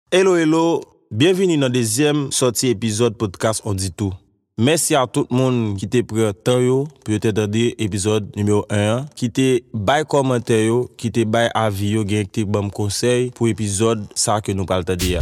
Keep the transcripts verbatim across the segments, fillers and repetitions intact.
Hello, hello, bienvenue dans le deuxième sortie épisode podcast On dit tout. Merci à tout le monde qui t'a pris le temps yo, pour te donner épisode numéro un, qui t'a bail commentaire yo, qui t'a bail avis yo, qui t'a bon conseil pour épisode ça que nous parlons de.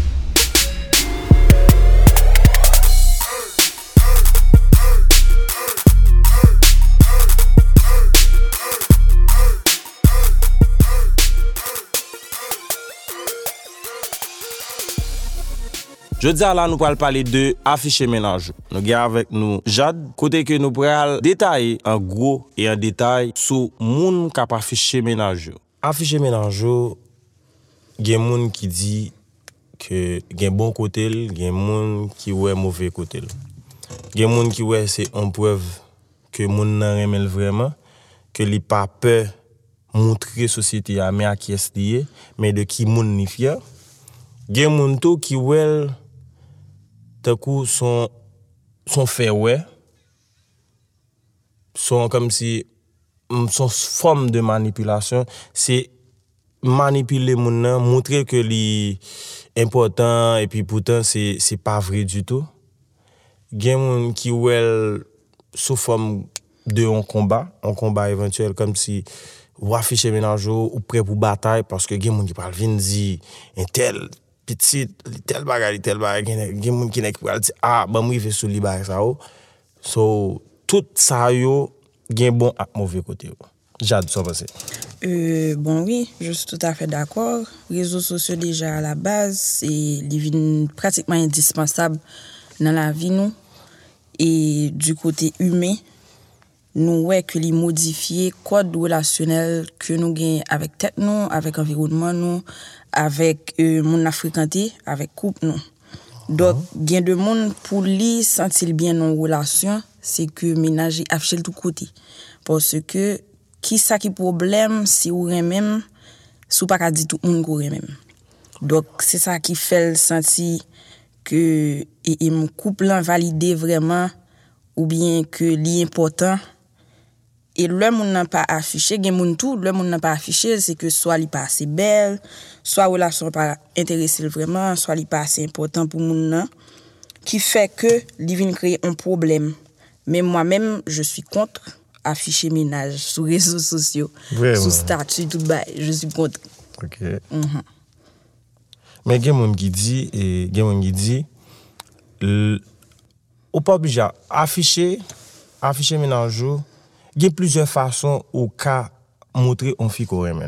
Je dis là, nous allons parler de afficher ménage. Nous avons avec nous Jade, côté que nous allons détailler en gros et en détail sur moun qui a affiché ménage. Afficher ménage, il y a des gens qui disent que il y a un bon côté, il y a des gens qui ont un mauvais côté. Il y a des gens qui ont c'est une preuve que les gens n'aiment vraiment, que les pas peur montrer la société à mais à qui est lié, mais de qui moun ni fier. Il y a des gens qui ont d'un coup sont sont faits ouais sont comme si sont forme de manipulation, c'est manipuler mon nan, montrer que li important et puis pourtant c'est c'est pas vrai du tout. Gen moun qui ouais sous forme de un combat, un combat éventuel comme si ou afficher ménage ou prêt pour bataille parce que gen moun qui parle vinn di un tel petit tel bagage tel bagage gen moun ki nek pral di ah ba mou fait sou li bagage ça so tout ça yo gen bon ak mauvais côté yo. Jade ça passer. Euh bon oui, je suis tout à fait d'accord. Réseaux sociaux déjà à la base, c'est li pratiquement indispensable dans la vie nous et du côté humain nous ouais que li modifier code relationnel que nous gain avec tête nous, avec environnement nous, avec euh, moun a fréquenté, avec couple nous. Donc gain de monde pour li sentir bien nos relations, c'est que ménager afficher tout côté parce que qui ça qui problème si ou même sou pas ka dit tout monde ko même. Donc c'est ça qui fait sentir que et, et mon couple validé vraiment ou bien que li important. Et le monde n'a pas affiché, gen moun tout, le monde n'a pas affiché, c'est que soit li pas assez belle, soit relation pas intéressé vraiment, soit li pas assez important pour moun nan, qui fait que li vinn créer un problème. Mais moi-même, je suis contre afficher ménage sur les réseaux sociaux, Vraiment? Sur statut tout bail, je suis contre. OK. Mm-hmm. Mais gen moun qui dit et gen moun qui dit l... ou pas obligé afficher afficher ménage. Il y a plusieurs façons au cas montrer on fi ko remen.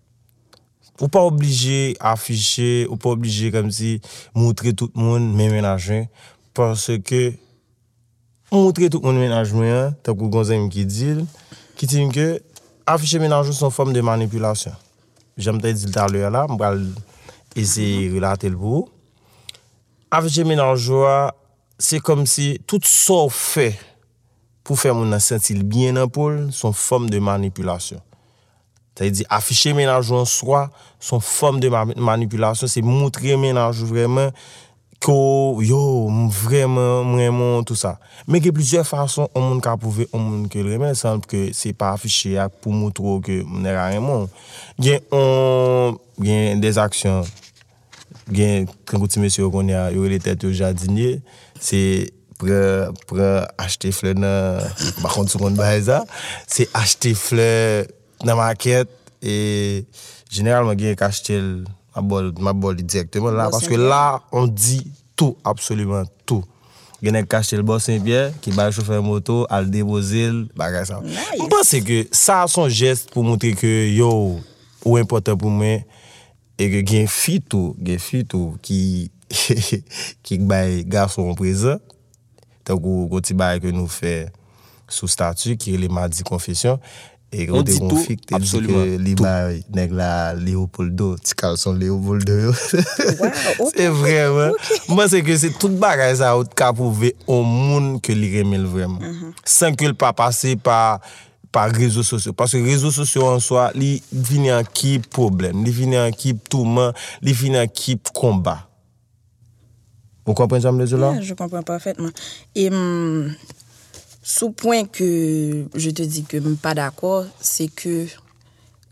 Ou pas obligé afficher, ou pas obligé comme si montrer tout le monde même ménager parce que montrer tout le monde ménagement, tant que gonzem qui dit qui dit que afficher ménage sont forme de manipulation. J'aime te dire tout à l'heure là, on va essayer de relater le pour. Afficher ménage c'est comme si tout ça fait pour faire mon sentir bien dans Paul, son forme de manipulation. C'est-à-dire afficher ménage en soi, son forme de ma- manipulation, c'est montrer ménage vraiment que yo vraiment vraiment tout ça. Mais il y a plusieurs façons on monde ka prouver on monde que vraiment semble que c'est pas affiché pour montrer que on est vraiment. Il y a on il y a des actions il y a quand petit monsieur qu'on a il les têtes au jardinier, c'est pour pour acheter fleurs dans par contre tout le monde bail ça c'est acheter fleurs dans market et généralement gagne acheter ma bol ma bol directement là parce que là on dit tout absolument tout gagne acheter le boss Saint-Pierre qui va chauffeur moto al déposer bagage ça. Je pense que ça son geste pour montrer que yo ou important pour moi et que gagne fille tout gagne fille tout qui qui bail garçon présent. Donc, au petit bail que nous fait sous statut, qui est les mardis confession, et on dit tout, absolument. Les bails, nèg la Léopoldo, petit garçon Léopoldo. Wow, c'est vraiment. Okay. Moi, c'est que c'est tout bagage ça, au cas prouver au monde que li remel vraiment. Mm-hmm. Sans que le pas passer par, par réseaux sociaux. Parce que les réseaux sociaux en soi, li vini en qui problème, li vini en qui tourment, li vini en qui combat. Vous comprenez ça, M. là? Yeah, je comprends parfaitement. Et hum, sous point que je te dis que je ne suis pas d'accord, c'est que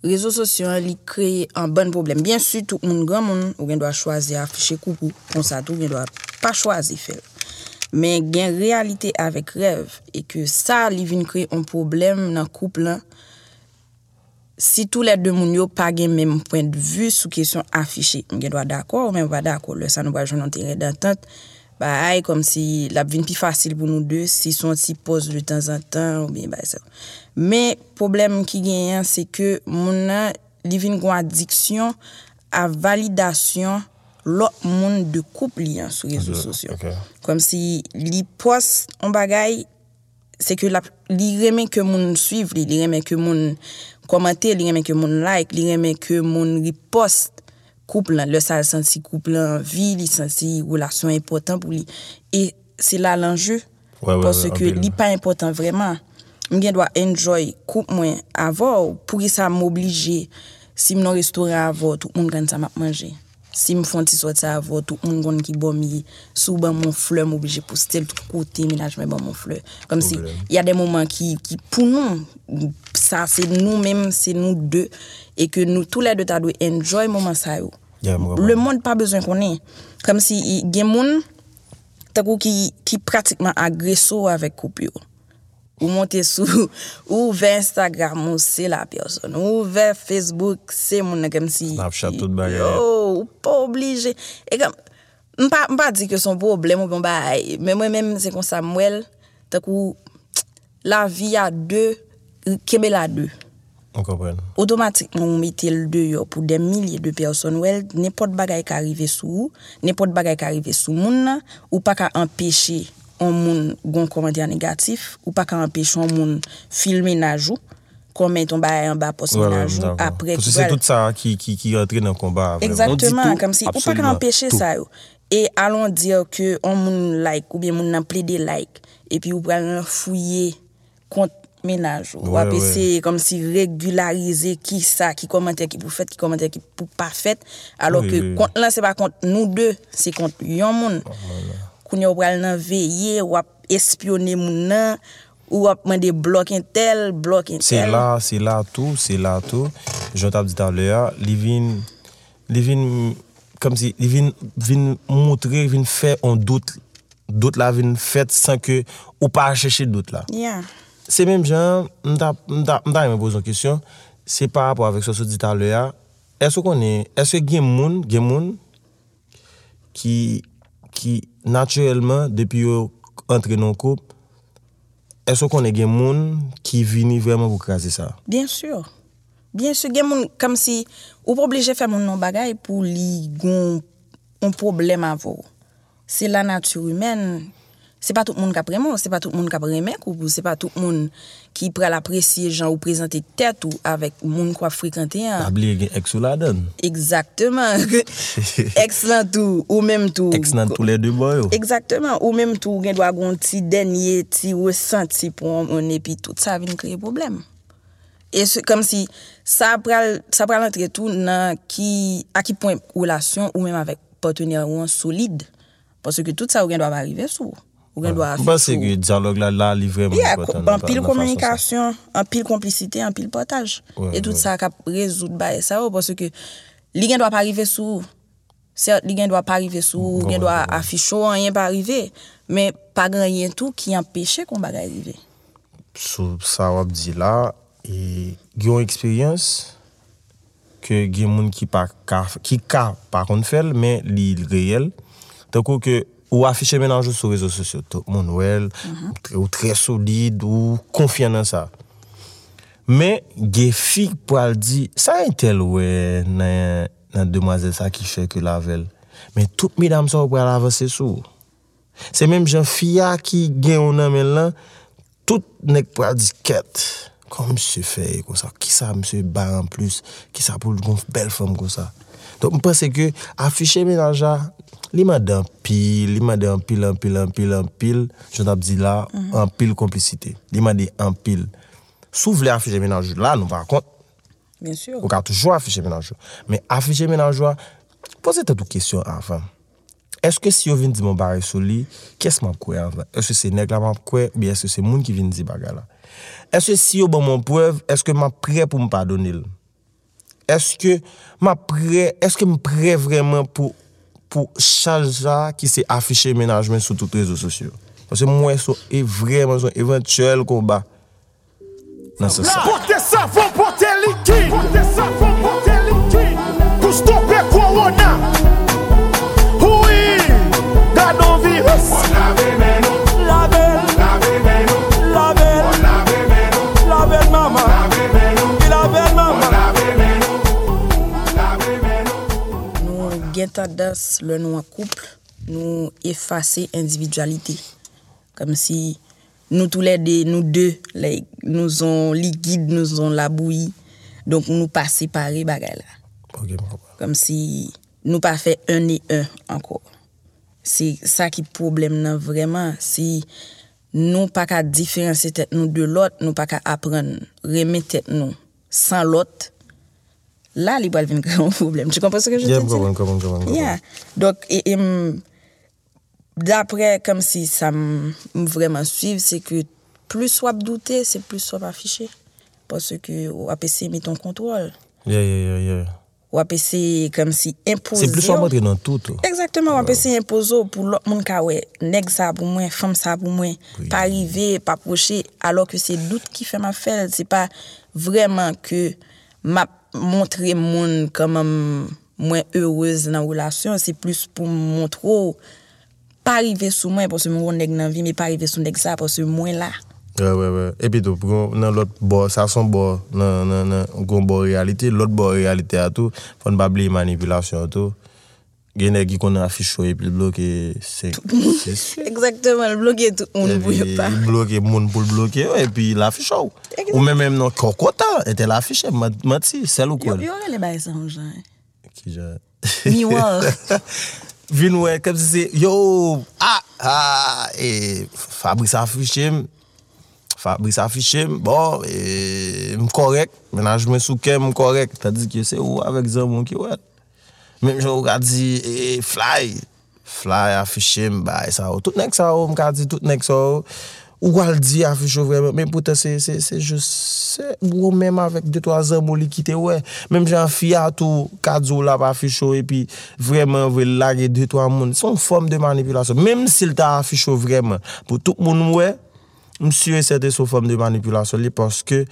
réseaux sociaux li créent un bon problème. Bien sûr tout le monde grand monde ou doit choisir afficher coucou comme ça tout doit pas choisir faire. Mais gain réalité avec rêve et que ça li vient créer un problème dans couple là. Si tous les deux moun yo pas gen même point de vue sur question affichée, on doit d'accord ou même pas d'accord, là ça nous va joindre un terrain d'entente. Bah comme si la vie plus facile pour nous deux si son si pose de temps en temps ou bien bah ça. Mais problème qui gagne c'est que moun li vinn gon addiction à validation l'autre monde de couple li sur les réseaux sociaux. Okay. Comme si li poste on bagay c'est que la li remet que moun suivre, li remet que moun commenter, li remet que moun like, li remet que moun reposte couple là, le ça senti couple en vie, il senti relation important pour lui et c'est là l'enjeu ouais, parce ouais, que li pas important vraiment. M'gen doit enjoy couple moi avant pour ça m'obliger si m'non restaurant avant tout monde quand ça m'a manger. Si me font ti sortir avant tout monde gon qui bon mi sous ban mon fleur m'obligé poster tout côté ménage mais bon mon fleur comme si il y a des moments qui qui pour nous ça c'est nous même c'est nous deux et que nous tous les deux ta doit enjoy moment ça yo yeah, le monde pas besoin qu'on ait comme si gen monde takou qui qui pratiquement agresso avec couple ou monter sur ou vers Instagram ou c'est la personne ou vers Facebook c'est mon comme si Snapchat tout bagarre oh pas obligé et comme on pas on pas dire que son problème ou bon bah mais moi même c'est comme Samuel takou la vie à deux kebe la deux on comprend automatiquement on mettait le deux pour des milliers de personnes well n'importe bagaille qui arrive sous n'importe bagaille qui arrive sous moun ou pas qu'à empêcher un moun gon commentaire négatif ou pas qu'à empêcher un moun filmer najou comme ton bail en bas poster najou après parce que c'est tout ça qui qui qui rentre dans le combat exactement comme si ou pas qu'à empêcher ça yo. Et allons dire que on moun like ou bien moun nan plaider like et puis ou pral fouiller compte ménage ou ouais, ouais. Comme si régulariser qui ça qui commentaire qui pour fait qui commentaire qui pour pas fait alors oui, que oui. Compte là c'est pas contre nous deux c'est contre yon moun qu'on y pral nan veiller ou espionner moun nan ou demander bloquer tel bloquer tel c'est là c'est là tout c'est là tout je t'ai dit tout à l'heure living living comme si il vient vient montrer vient faire un doute doute là vient fait sans que ou pas chercher doute là yeah. C'est même genre m'ta m'ta m'ta me pose une question c'est par rapport avec ce que dit tout à l'heure est-ce qu'on est est-ce que gen moun gen moun qui qui naturellement depuis entrer dans couple est-ce qu'on est gen moun qui vini vraiment pour craser ça bien sûr bien sûr gen moun comme si ou pas obligé faire mon non bagaille pour li gon un problème avant c'est la nature humaine c'est pas tout le monde qui apprend c'est pas tout le monde qui remet ou c'est pas tout le monde qui prend l'apprécier gens ou présenter tête ou avec monde quoi fréquenter hein oublier ex ou la donne exactement excellent tout ou même tout excellent tous les deux boys exactement ou même tout gen doit gon petit dernier petit ressenti pour on et puis tout ça vient créer problème et c'est comme si ça pral ça pral entrer tout dans qui à qui point relation ou même avec partenaire ou solide parce que tout ça ou gen doit arriver sous ou gen doit faire parce que dialogue là là li vraiment important en pile communication en pile complicité en pile partage ouais, et tout ouais. Ça cap résoudre ba ça parce que li gen doit pas arriver sous certes li gen doit pas arriver sous gen doit afficher rien pas arriver mais pas grand rien tout qui empêcher qu'on bagay arriver so ça on dit là et une expérience que gen moun qui pas qui ka par contre fait mais li réel tant que ou afficher mélange sur les réseaux sociaux tout monde well mm-hmm. ou très solide ou confiant dans ça mais gen fille pour dire ça un tel ouais dans dans demoiselle ça qui fait que la veille mais toutes mesdames ça pour avancer sous c'est même jeune fille qui gagne on là tout nèg pour dire quête comme monsieur fait comme ça qui ça monsieur bar en plus qui ça pour une belle femme comme ça donc je pense que afficher mélange li m'a d'un pile li m'a d'un pile en pile en pile en pile je t'ai dit là mm-hmm. en pile complicité li m'a dit en pile s'ouvre afficher mélange là nous par contre bien sûr on a toujours afficher mélange mais afficher mélange posez toute question avant est-ce que si on vient dire mon barre sur lui qu'est-ce que m'a quoi avant est-ce que c'est nèg là m'a quoi ou bien est-ce que c'est monde qui vient dire bagarre là est-ce que si on bon mon preuve est-ce que m'a prêt pour me pardonner est-ce que m'a prêt, est-ce que me prêt vraiment pour pour charge qui s'est affiché ménagement sur tous les réseaux sociaux? Parce que moi, c'est vraiment un éventuel combat. Dans ce sens. Portez savon, portez liquide. Portez savon, portez liquide. Pour stopper Corona. Oui, gardons virus. Lavez nous. Lavez. Lavez nous. Lavez. Lavez nous. Lavez maman. Lavez nous. Lavez maman. Lavez nous. Lavez nous. Nous gain tendance le nous en couple, nous effacer individualité. Comme si nous tous les deux, nous deux, like, nous on liquide, nous on la bouillie. Donc nous pas séparer bagay là. Okay, comme si nous pas fait un et un encore. C'est ça qui problème nan vraiment, si nous pas qu'à différencier tête nous de l'autre, nous pas qu'à apprendre remettre tête nous sans l'autre. Là, il va venir un problème. Tu comprends ce que je yeah, te dis? Comment, comment, comment, Yeah. Donc et, et d'après, comme si ça me vraiment suivre, c'est que plus soit douter, c'est plus soit affiché. Parce que ou A P C met ton contrôle. Yeah, yeah, yeah, yeah. Ou A P C comme si imposer. C'est plus soit montrer dans tout. tout. Exactement, ou A P C imposer pour l'autre monde ka ouais, nèg ça pour moi, femme ça pour moi, Oui. pas arriver, pas approcher alors que c'est doute qui fait ma faire, c'est pas vraiment que m'a montrer monde comme moins heureuse dans relation, c'est plus pour montrer pas arriver sous moi parce que mon nèg dans vie mais pas arriver sous nèg ça parce que moi là. Ouais, ouais, ouais. Et puis, tout, dans l'autre bord, ça son bord, dans l'autre bord réalité, l'autre bord réalité à tout, faut ne pas oublier manipulation tout. Il y a des gens qui connaissent affiche et puis bloquer, c'est sûr. Exactement, le bloquer tout le monde pour pas. Il bloque le monde pour le bloquer, et puis l'affiche. Ou même, même non, Kokota était l'affiche, Mati, c'est le quoi. Yo, yo, les bails ça, genre. Qui genre. Miroir. Vin ouais, comme si c'est, yo, ah, ah, et Fabrice affiché. Fabrice affiché, bon, et correct, ménagement sous kem correct, c'est-à-dire que c'est où avec Zamon qui ouais. Même je regarde dit et fly, fly affiché, bah ça tout nek ça, on me dit tout nek ça. Ou al dit affiché vraiment, mais pourtant c'est c'est c'est juste c'est ou même avec deux trois Zamon li quitter ouais. Même Jean Fia tout cadeau là pas affiché et puis vraiment veut larguer deux trois monde, c'est une forme de manipulation. Même s'il t'a affiché vraiment pour tout le monde ouais. Monsieur c'était sous forme de manipulation parce que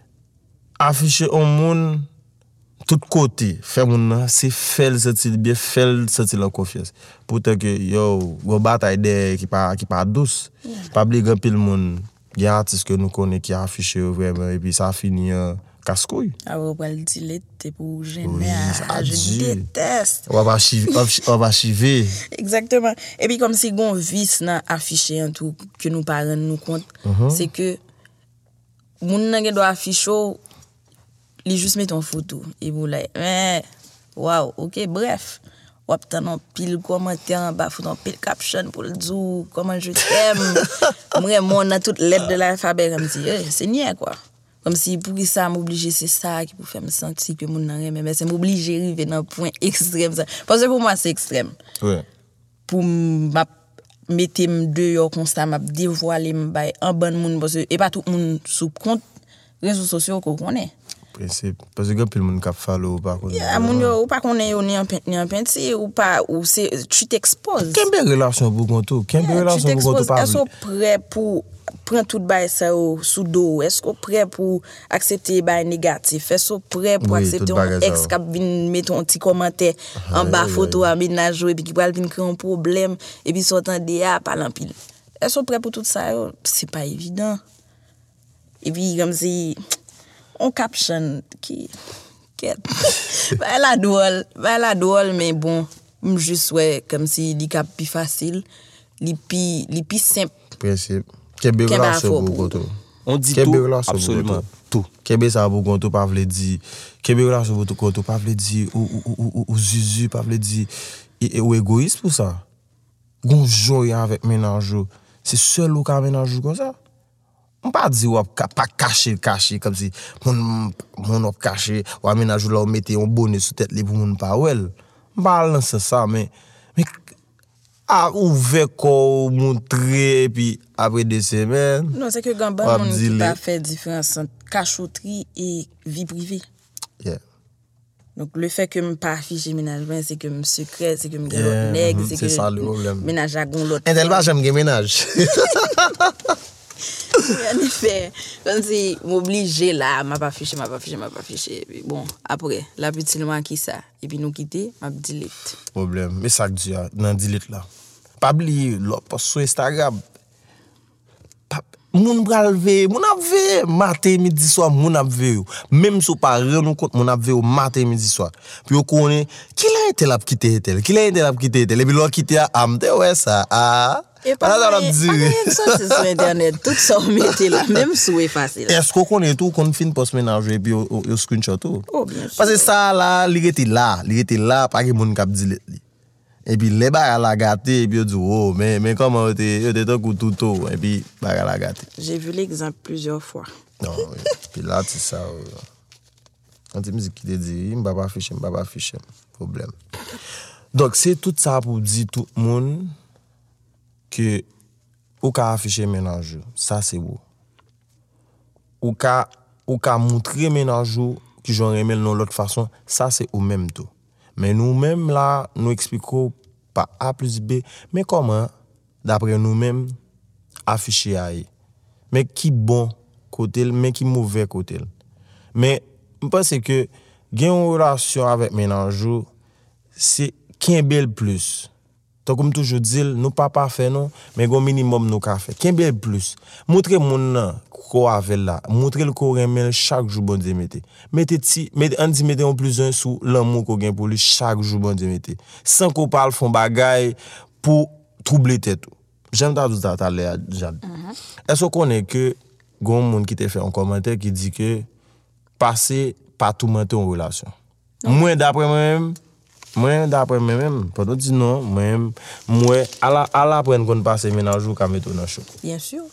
afficher un monde tout côté faire mon c'est faire sentir bien faire sentir la confiance pourtant que yo go bataille des qui pas qui pas douce yeah. Pas oublier grand pile monde il y a artiste que nous connaît qui a affiché vraiment et puis ça finit euh, casse-couille. Ah ouais, on le dire t'es pour gêner à je déteste. On va chiver on va chiver. Exactement. Et puis comme si gon vice na affiché en tout que nous pas rendre nous compte, mm-hmm. C'est que moun nan doit afficher il juste met ton photo et vous là eh waouh, OK, bref. Ou obtenir pile commentaire en bas, foutre pile caption pour le dire comment je t'aime. Vraiment on a toute lettre de l'alphabet comme si eh, c'est niais quoi. Comme si pour ça m'obliger c'est ça qui pour faire me sentir que mon nan mais c'est m'obliger arriver dans point extrême ça. Parce que pour moi c'est extrême. Ouais. Pour m'a mettre me dehors constant m'a dévoiler me en bon monde parce que et pas tout monde sous compte réseaux sociaux qu'on connaît. Principe parce que puis le monde cap follow pas connaît. Ya moun yo ou pas connaît ni en ni en peinture ou pas ou c'est tu t'exposes. Quelle relation pour conto? Quelle relation pour conto pas? Est-ce que prêt pour prendre tout bail ça sous dos? Est-ce que prêt pour accepter bail négatif? Est-ce que prêt pour oui, accepter un ex qui vient mettre un petit commentaire ah, en bas oui, photo oui. À ménage et puis qui va venir créer un problème et puis sortant des à parler en pile. Est-ce que prêt pour tout ça? C'est pas évident. Et puis comme si on caption qui quête bah la drôle bah la drôle mais bon juste ouais comme si li cap plus facile li pi li plus simple principe kebe relation pour conto on dit tout absolument tout kebe ça pour conto pas veut dire kebe relation pour conto pas veut dire ou ou ou zuzu pas veut dire et ou égoïste pour ça gon joie avec ménage c'est seul ou ka ménage comme ça. On pas dire ou pas cacher cacher comme si mon mon op cacher ou aménage là mettre un bonnet sous tête les pour mon pas well. On pas lancer ça mais mais à ouvert ko montrer et puis après deux semaines. Non, c'est que gamba monde qui pas fait différence entre cachotterie et vie privée. Yeah. Donc, le fait que je ne pas afficher ménage, c'est que je suis secret, c'est que je suis Yeah, nègre, mhm, c'est c'est que ça le problème. ménage à gon l'autre. Et tel pas j'aime gen ménage. En effet, comme si m'oblige là, m'a pas affiché, m'a pas affiché, m'a pas affiché. Puis bon, après, la petite loi qui ça, et puis nous quitter, m'a delete. Problème. Mais ça que tu as dans delete là. Pas oublier l'autre post sur Instagram. Moun bral ve, moun ap ve matin midi soir, moun ap ve yo. Même si pas rendre compte moun ap ve yo matin midi soir. Puis on connaît qui l'a tel ap quitter tel, qui l'a tel ap quitter tel et puis l'autre quitter a amte ouais ça. Ah. Et pas ça c'est sur internet, tout ça on mettez là, même sous est facile. Est-ce qu'on connaît tout qu'on fin post ménage et puis au screenshot tout? Oh bien sûr. Parce que ça là, il était là, il était là pas que moun k'ap delete li. Et puis les bagarres la gâté et puis on dit oh mais mais comment était était tant coup tout et puis bagarre la gâté. J'ai vu l'exemple plusieurs fois. Non, oui. Puis là c'est ça. On dit musique qui te dit m'pa pas afficher, m'pa pas afficher. Problème. Donc c'est tout ça pour dire tout le monde que ou ka afficher ménage, ça c'est beau. Ou ka ou ka montrer ménage qui j'en remel non l'autre façon, ça c'est au même tout. Mais nous-mêmes là, nous expliquons pas A plus B, mais comment, d'après nous-mêmes, afficher A. Mais qui bon côté, mais qui mauvais côté. Mais je pense que gagner une relation avec ménage, c'est qu'un bel plus. Donc comme toujours dit, nous pas parfait non, mais au minimum nous ka fait. Qu'un bel plus. Montrer mon ko avec là, montrer le ko remel chaque jour bon Dieu mettez. Mettez ti, mettez on dit mettez en plus un sous l'amour qu'on gagne pour lui chaque jour bon Dieu mettez. Sans qu'on parle font bagaille pour troubler tête. J'aime ta tout ça tout à l'heure Jade. Est-ce qu'on connaît que gon monde qui t'a fait un commentaire qui dit que passer pas tout mentir en relation. Moi d'après moi-même Moi, d'après moi-même, pas tout dire non, moi-même, moi, à la, à la prenne qu'on passe ménage ou qu'à mettre dans chaud. Bien sûr.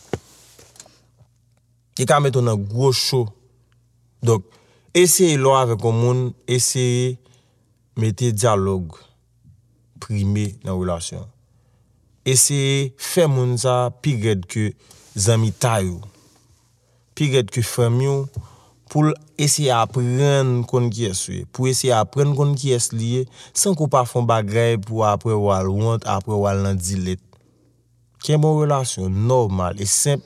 Et qu'à mettre dans gros chaud. Donc, essayez là avec le monde, essayez mettre dialogue primé dans la relation. Essayez faire moun ça plus que zami tayo. Plus que famille pour essayer d'apprendre qu'on qui est pour essayer d'apprendre qu'on qui est lié sans qu'on pas font bagaille pour après ou al honte après ou al dilette qui est une bonne relation normale et simple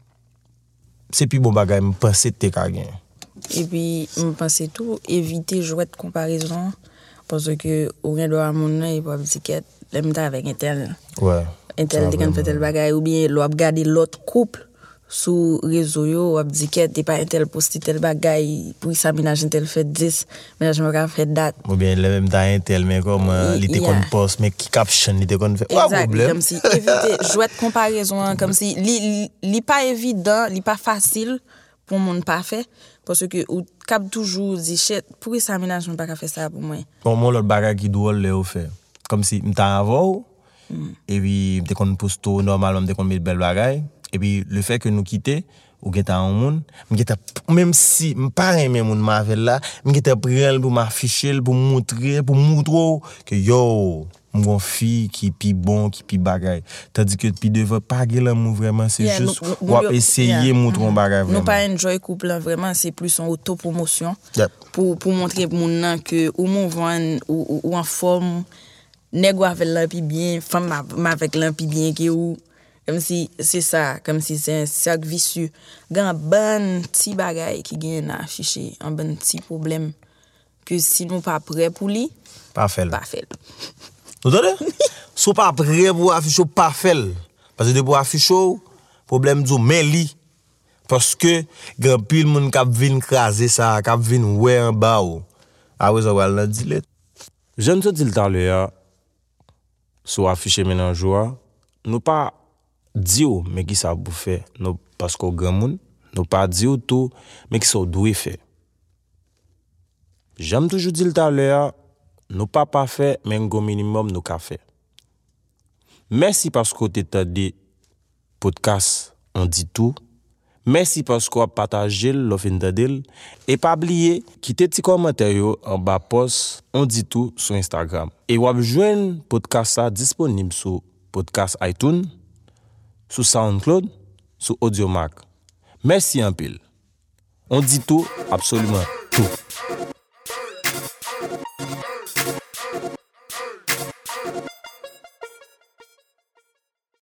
c'est plus bon bagaille me penser te ka gagner et puis me penser tout éviter jouer de comparaison parce que au rien doit mon il pas étiquette l'aime avec un tel ouais un tel qui fait tel bagaille ou bien l'on regarder l'autre couple sous réseau yo ou dit que t'es pas un tel posté tel bagaille pour ça ménage un tel fait dix ménage me fait date ou bien le même temps un tel mais comme il était qu'on poste mais qui caption il était qu'on fait pas problème comme si éviter jouer de comparaison comme si li li pas évident li pas facile pour monde pas fait parce que ou cap toujours dit chet pour ça ménage pas faire ça pour moi pour moi l'autre bagaille qui doit le faire comme si m'ta avant et puis m'te qu'on poste normalement m'te qu'on met belle bagaille. Et puis le fait que nous quitter ou geta un monde même si pas aimer mon mavel là m'geta prendre pour m'afficher pour montrer pour montrer que yo mon fille qui pi bon qui pi bagaille tandis que pi devant pas l'amour vraiment c'est yeah, juste ou essayer yeah. montrer un bagaille vraiment nous pas enjoy couple vraiment c'est plus en autopromotion yep. pour pour montrer mon nan que ou mon vent ou, ou en forme nèg avec l'ampi bien femme avec l'ampi bien que ou comme si c'est ça comme si c'est un cercle vicieux grand bon petit bagaille qui gagne à afficher un bon petit problème que si nous pas prêt pour lui pas fait pas fait vous entendez si pas prêt pour afficher pas fait parce que pour afficher problème du mais li parce que grand pile monde qui vinn craser ça qui vinn ouais en bas après ça va le dire je ne te dis tout à l'heure sur afficher maintenant joie nous pas dire mais qui ça pour faire non parce qu'au grand monde nous pas dire tout mais qui ça doit faire j'aime toujours dire tout à l'heure nous pas parfait mais un minimum nous qu'a fait merci parce que tu t'as dit podcast on dit tout merci parce qu'on a partagé l'offre d'adel et pas oublier quitter petit commentaire en bas post on dit tout sur Instagram et vous avez joindre podcast ça disponible sur podcast iTunes sur SoundCloud, sur Audiomack. Merci un pile. On dit tout, absolument tout.